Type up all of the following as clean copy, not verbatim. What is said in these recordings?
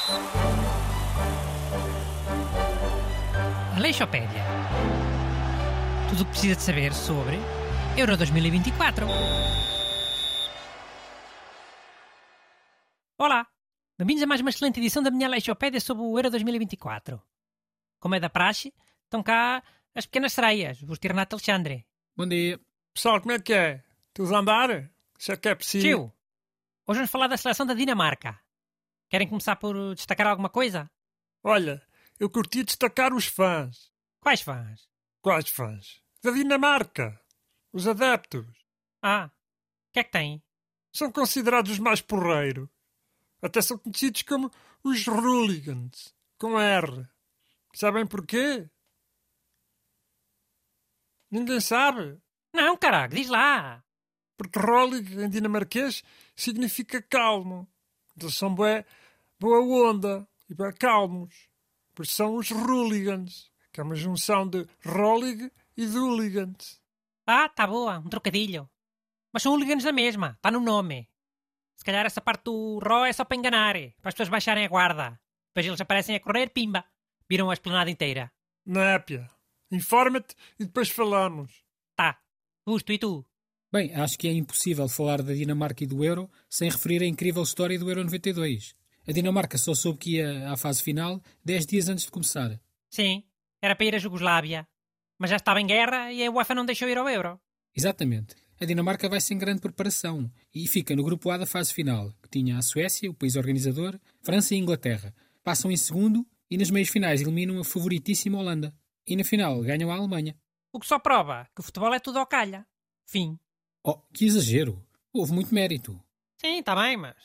Aleixopédia. Tudo o que precisa de saber sobre Euro 2024. Olá, bem-vindos a mais uma excelente edição da minha Aleixopédia sobre o Euro 2024. Como é da praxe, estão cá as pequenas sereias, o Renato Alexandre. Bom dia. Pessoal, como é que é? Tudo a andar? Se é que é preciso. Tio, hoje vamos falar da seleção da Dinamarca. Querem começar por destacar alguma coisa? Olha, eu curti destacar os fãs. Quais fãs? Quais fãs? Da Dinamarca. Os adeptos. Ah, o que é que tem? São considerados os mais porreiros. Até são conhecidos como os Hooligans. Com R. Sabem porquê? Ninguém sabe. Não, caraca, diz lá. Porque Rolig, em dinamarquês, significa calmo. Eles são boa onda e bem calmos. Por isso são os Hooligans, que é uma junção de Rolig e de Hooligans. Ah, tá boa, um trocadilho. Mas são hooligans na mesma, está no nome. Se calhar essa parte do Ró é só para enganar, para as pessoas baixarem a guarda. Depois eles aparecem a correr, pimba. Viram a esplanada inteira. Népia, informa-te e depois falamos. Tá, Gusto, e tu? Bem, acho que é impossível falar da Dinamarca e do Euro sem referir a incrível história do Euro 92. A Dinamarca só soube que ia à fase final 10 dias antes de começar. Sim, era para ir à Jugoslávia. Mas já estava em guerra e a UEFA não deixou ir ao Euro. Exatamente. A Dinamarca vai sem grande preparação e fica no grupo A da fase final, que tinha a Suécia, o país organizador, França e Inglaterra. Passam em segundo e nas meias finais eliminam a favoritíssima Holanda. E na final ganham a Alemanha. O que só prova que o futebol é tudo ao calha. Fim. Oh, que exagero! Houve muito mérito. Sim, está bem, mas...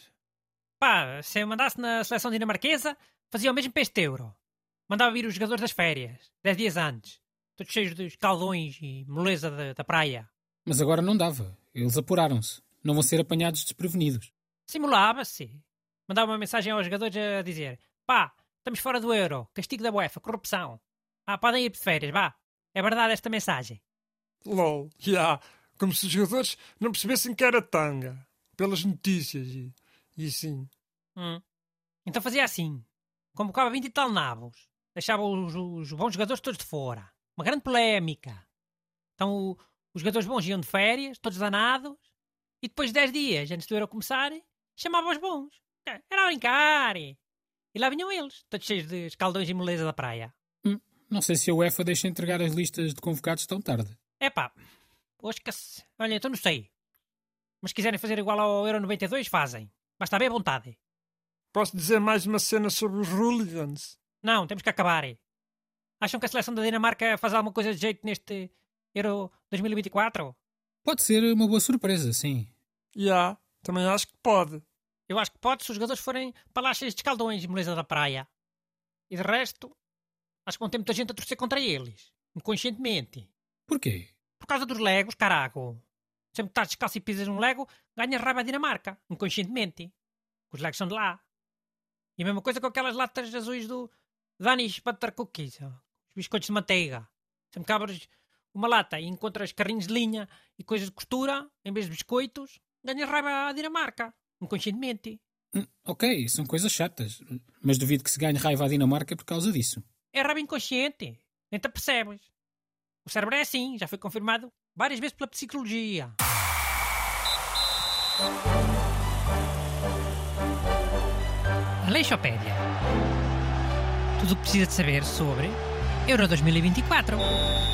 Pá, se eu mandasse na seleção dinamarquesa, fazia o mesmo para este Euro. Mandava vir os jogadores das férias, 10 dias antes. Todos cheios de escaldões e moleza da praia. Mas agora não dava. Eles apuraram-se. Não vão ser apanhados desprevenidos. Simulava-se. Mandava uma mensagem aos jogadores a dizer: pá, estamos fora do Euro, castigo da UEFA, corrupção. Ah, podem ir de férias, vá. É verdade esta mensagem. LOL, como se os jogadores não percebessem que era tanga. Pelas notícias e assim. Então fazia assim. Convocava 20 e tal nabos. Deixava os bons jogadores todos de fora. Uma grande polémica. Então os jogadores bons iam de férias, todos danados. E depois de 10 dias, antes do Euro começar, chamava os bons. Era a brincar. E lá vinham eles, todos cheios de escaldões e moleza da praia. Não sei se a UEFA deixa entregar as listas de convocados tão tarde. Epá, olha, então não sei. Mas se quiserem fazer igual ao Euro 92, fazem. Basta haver vontade. Posso dizer mais uma cena sobre os Hooligans? Não, temos que acabar. Acham que a seleção da Dinamarca faz alguma coisa de jeito neste Euro 2024? Pode ser uma boa surpresa, sim. Também acho que pode. Eu acho que pode se os jogadores forem para lá cheios de escaldões e moleza da praia. E de resto, acho que vão ter muita gente a torcer contra eles. Inconscientemente. Porquê? Por causa dos legos, caraco. Sempre que estás descalço e pisas um lego, ganhas raiva a Dinamarca. Inconscientemente. Os legos são de lá. E a mesma coisa com aquelas latas azuis do Danish Butter Cookies. Os biscoitos de manteiga. Sempre que abres uma lata e encontras carrinhos de linha e coisas de costura, em vez de biscoitos, ganhas raiva à Dinamarca. Inconscientemente. Ok, são coisas chatas. Mas duvido que se ganhe raiva à Dinamarca por causa disso. É raiva inconsciente. Nem te apercebes. O cérebro é assim, já foi confirmado várias vezes pela psicologia. Aleixopédia. Tudo o que precisa de saber sobre Euro 2024.